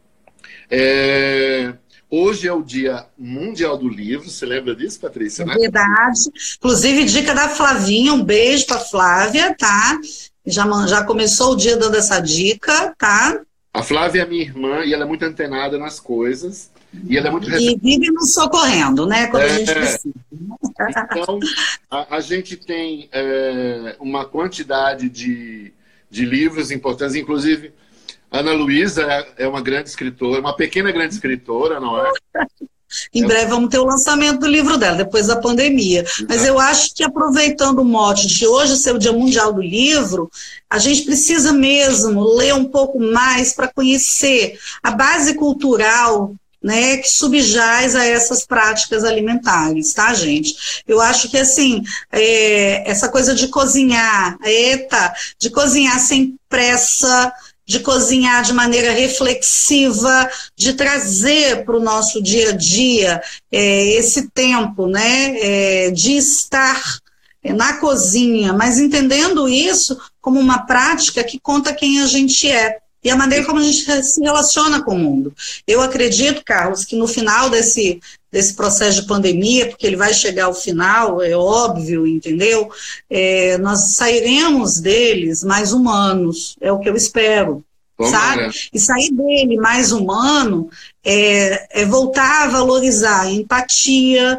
é, hoje é o Dia Mundial do Livro, você lembra disso, Patrícia? É né? Verdade. Inclusive, dica da Flavinha, um beijo para Flávia, tá? Já, já começou o dia dando essa dica, tá? A Flávia é minha irmã e ela é muito antenada nas coisas. E ela é muito E vive nos socorrendo, né? Quando é, a gente precisa. Então, a, a gente tem é, uma quantidade de, de livros importantes, inclusive Ana Luísa é, é uma grande escritora, uma pequena grande escritora, não é? Em breve vamos ter o lançamento do livro dela, depois da pandemia. Exato. Mas eu acho que, aproveitando o mote de hoje ser o Dia Mundial do Livro, a gente precisa mesmo ler um pouco mais para conhecer a base cultural, né, que subjaz a essas práticas alimentares, tá, gente? Eu acho que, assim, é, essa coisa de cozinhar, eita, de cozinhar sem pressa, de cozinhar de maneira reflexiva, de trazer para o nosso dia a dia é, esse tempo, né, é, de estar na cozinha, mas entendendo isso como uma prática que conta quem a gente é e a maneira como a gente se relaciona com o mundo. Eu acredito, Carlos, que no final desse, desse processo de pandemia, porque ele vai chegar ao final, é óbvio, entendeu? É, nós sairemos deles mais humanos, é o que eu espero, Bom, sabe? É. E sair dele mais humano é, é voltar a valorizar empatia,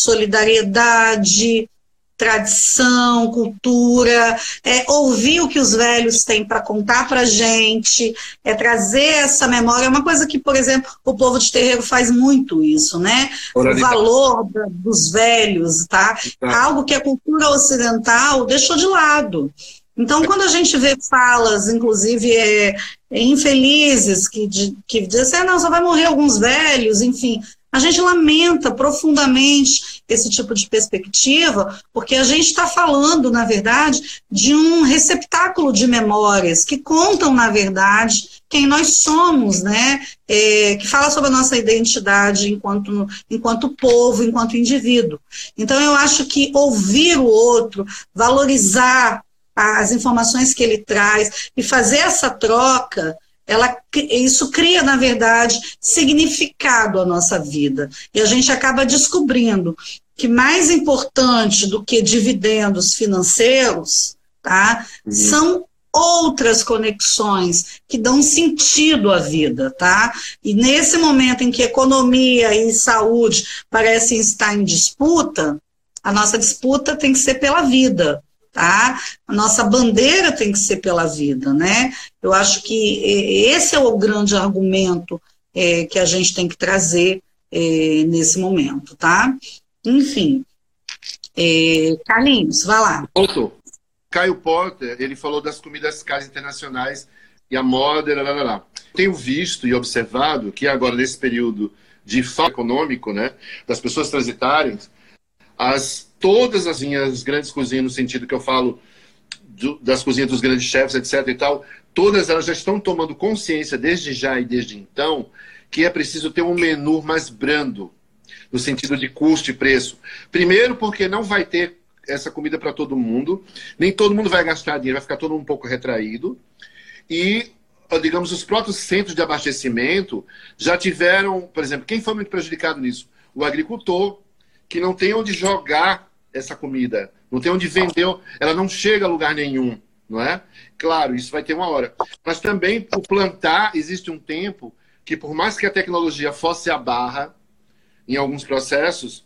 solidariedade, tradição, cultura, é ouvir o que os velhos têm para contar para a gente, é trazer essa memória. É uma coisa que, por exemplo, o povo de terreiro faz muito isso, né? O valor da, dos velhos, tá? tá? Algo que a cultura ocidental deixou de lado. Então, quando a gente vê falas, inclusive, é, é, infelizes, que, de, que dizem, ah, não, só vai morrer alguns velhos, enfim... A gente lamenta profundamente esse tipo de perspectiva, porque a gente está falando, na verdade, de um receptáculo de memórias que contam, na verdade, quem nós somos, né? É, que fala sobre a nossa identidade enquanto, enquanto povo, enquanto indivíduo. Então, eu acho que ouvir o outro, valorizar as informações que ele traz e fazer essa troca, ela, isso cria, na verdade, significado à nossa vida. E a gente acaba descobrindo que mais importante do que dividendos financeiros, tá, uhum. são outras conexões que dão sentido à vida, tá? E nesse momento em que economia e saúde parecem estar em disputa, a nossa disputa tem que ser pela vida, tá? A nossa bandeira tem que ser pela vida, né? Eu acho que esse é o grande argumento é, que a gente tem que trazer é, nesse momento, tá? Enfim, é, Carlinhos, vai lá. Voltou. Caio Porter, ele falou das comidas caras internacionais e a moda, lá, lá, lá. Tenho visto e observado que agora, nesse período de falta econômico, né, das pessoas transitarem, as, todas as minhas grandes cozinhas, no sentido que eu falo do, das cozinhas dos grandes chefes, etc e tal, todas elas já estão tomando consciência desde já e desde então que é preciso ter um menu mais brando, no sentido de custo e preço. Primeiro porque não vai ter essa comida para todo mundo, nem todo mundo vai gastar dinheiro, vai ficar todo mundo um pouco retraído. E, digamos, os próprios centros de abastecimento já tiveram, por exemplo, quem foi muito prejudicado nisso? O agricultor, que não tem onde jogar essa comida, não tem onde vender, ela não chega a lugar nenhum, não é? Claro, isso vai ter uma hora. Mas também, o plantar, existe um tempo que, por mais que a tecnologia fosse a barra, em alguns processos,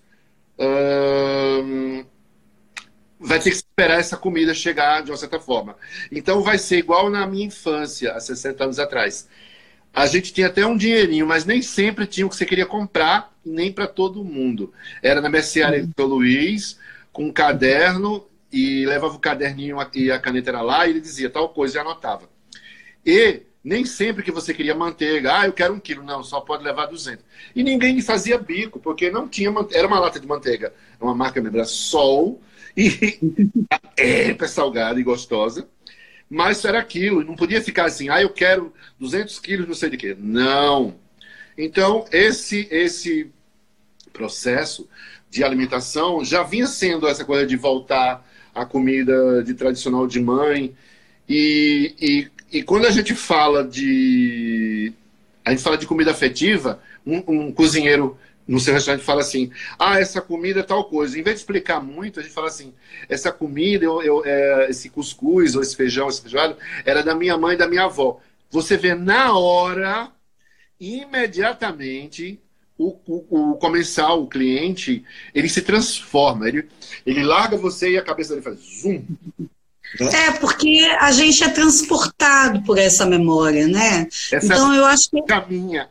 hum, vai ter que esperar essa comida chegar de uma certa forma. Então vai ser igual na minha infância, há sessenta anos atrás. A gente tinha até um dinheirinho, mas nem sempre tinha o que você queria comprar, nem para todo mundo. Era na mercearia do seu Luiz, com um caderno, e levava o caderninho e a caneta era lá, e ele dizia tal coisa e anotava. E nem sempre que você queria manteiga, ah, eu quero um quilo, não, só pode levar duzentos. E ninguém fazia bico, porque não tinha manteiga. Era uma lata de manteiga, uma marca mesmo, era Sol, e é salgada e gostosa, mas era aquilo, não podia ficar assim, ah, eu quero duzentos quilos, não sei de quê. Não. Então, esse, esse processo de alimentação já vinha sendo essa coisa de voltar à comida de tradicional de mãe, e, e, e quando a gente fala de a gente fala de comida afetiva, um, um cozinheiro no seu restaurante fala assim, ah, essa comida é tal coisa. Em vez de explicar muito, a gente fala assim, essa comida, eu, eu, é, esse cuscuz, ou esse feijão, esse feijoada, era da minha mãe e da minha avó. Você vê na hora, imediatamente, o, o, o comensal, o cliente, ele se transforma. Ele, ele larga você e a cabeça dele faz zoom. É, porque a gente é transportado por essa memória, né? Essa então, eu acho que... caminha.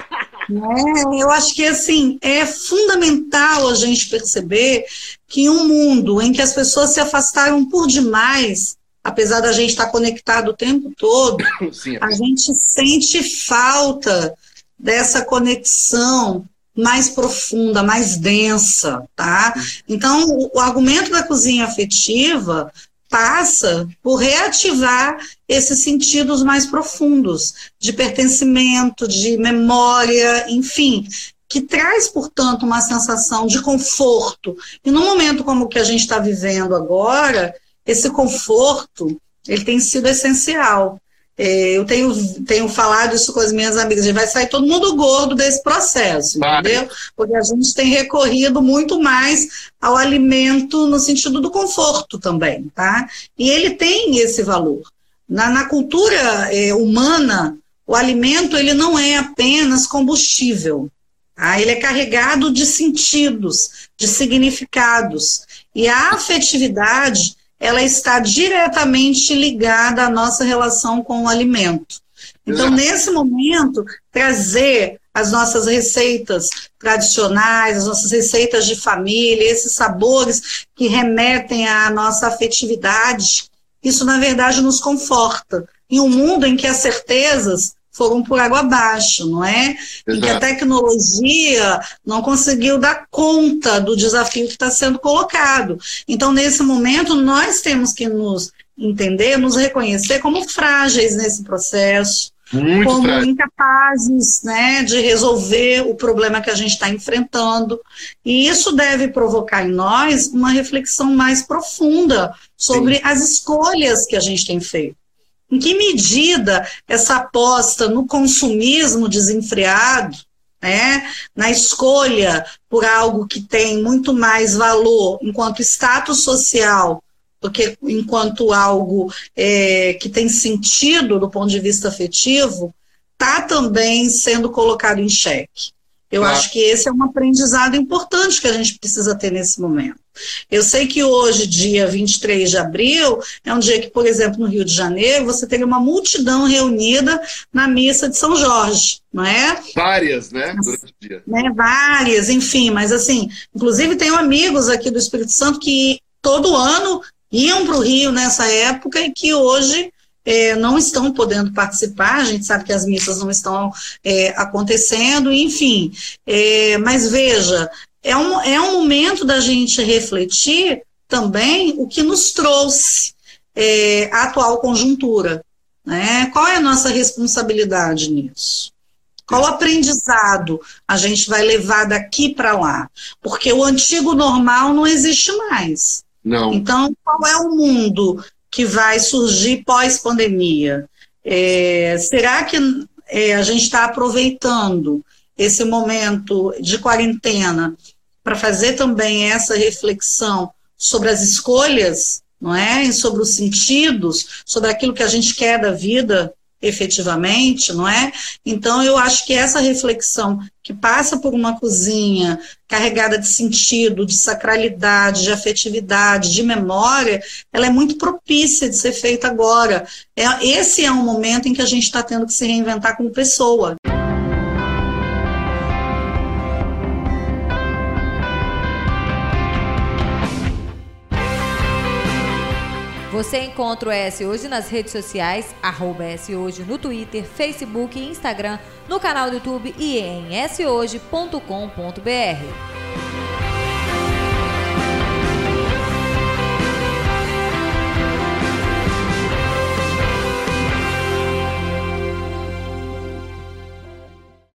É, eu acho que assim, é fundamental a gente perceber que em um mundo em que as pessoas se afastaram por demais, apesar da gente estar conectado o tempo todo, Sim, é. A gente sente falta dessa conexão mais profunda, mais densa, tá? Então, o, o argumento da cozinha afetiva passa por reativar esses sentidos mais profundos, de pertencimento, de memória, enfim, que traz, portanto, uma sensação de conforto. E num momento como o que a gente está vivendo agora, esse conforto, ele tem sido essencial. É, eu tenho, tenho falado isso com as minhas amigas, a gente vai sair todo mundo gordo desse processo, entendeu? Porque a gente tem recorrido muito mais ao alimento no sentido do conforto também, tá? E ele tem esse valor. Na, na cultura é, humana, o alimento ele não é apenas combustível, tá? Ele é carregado de sentidos, de significados. E a afetividade, ela está diretamente ligada à nossa relação com o alimento. Então, Exato. Nesse momento, trazer as nossas receitas tradicionais, as nossas receitas de família, esses sabores que remetem à nossa afetividade, isso, na verdade, nos conforta. Em um mundo em que as certezas foram por água abaixo, não é? Exato. Em que a tecnologia não conseguiu dar conta do desafio que está sendo colocado. Então, nesse momento, nós temos que nos entender, nos reconhecer como frágeis nesse processo, Muito como frágil. incapazes, né, de resolver o problema que a gente está enfrentando. E isso deve provocar em nós uma reflexão mais profunda sobre Sim. as escolhas que a gente tem feito. Em que medida essa aposta no consumismo desenfreado, né, na escolha por algo que tem muito mais valor enquanto status social porque enquanto algo é, que tem sentido do ponto de vista afetivo, está também sendo colocado em xeque. Eu Claro. acho que esse é um aprendizado importante que a gente precisa ter nesse momento. Eu sei que hoje, dia vinte e três de abril, é um dia que, por exemplo, no Rio de Janeiro, você teria uma multidão reunida na missa de São Jorge, não é? Várias, né? Durante o dia. Né, várias, enfim, mas assim, inclusive tenho amigos aqui do Espírito Santo que todo ano iam para o Rio nessa época e que hoje é, não estão podendo participar. A gente sabe que as missas não estão é, acontecendo, enfim, é, mas veja, é um, é um momento da gente refletir também o que nos trouxe é, a atual conjuntura, né? Qual é a nossa responsabilidade nisso? Qual aprendizado a gente vai levar daqui para lá? Porque o antigo normal não existe mais. Não. Então, qual é o mundo que vai surgir pós-pandemia? É, será que é, a gente está aproveitando esse momento de quarentena para fazer também essa reflexão sobre as escolhas, não é? E sobre os sentidos, sobre aquilo que a gente quer da vida efetivamente, não é? Então eu acho que essa reflexão que passa por uma cozinha carregada de sentido, de sacralidade, de afetividade, de memória, ela é muito propícia de ser feita agora. É, esse é um momento em que a gente está tendo que se reinventar como pessoa. Você encontra o E S Hoje nas redes sociais, arroba E S Hoje no Twitter, Facebook e Instagram, no canal do YouTube e em s hoje ponto com ponto b r.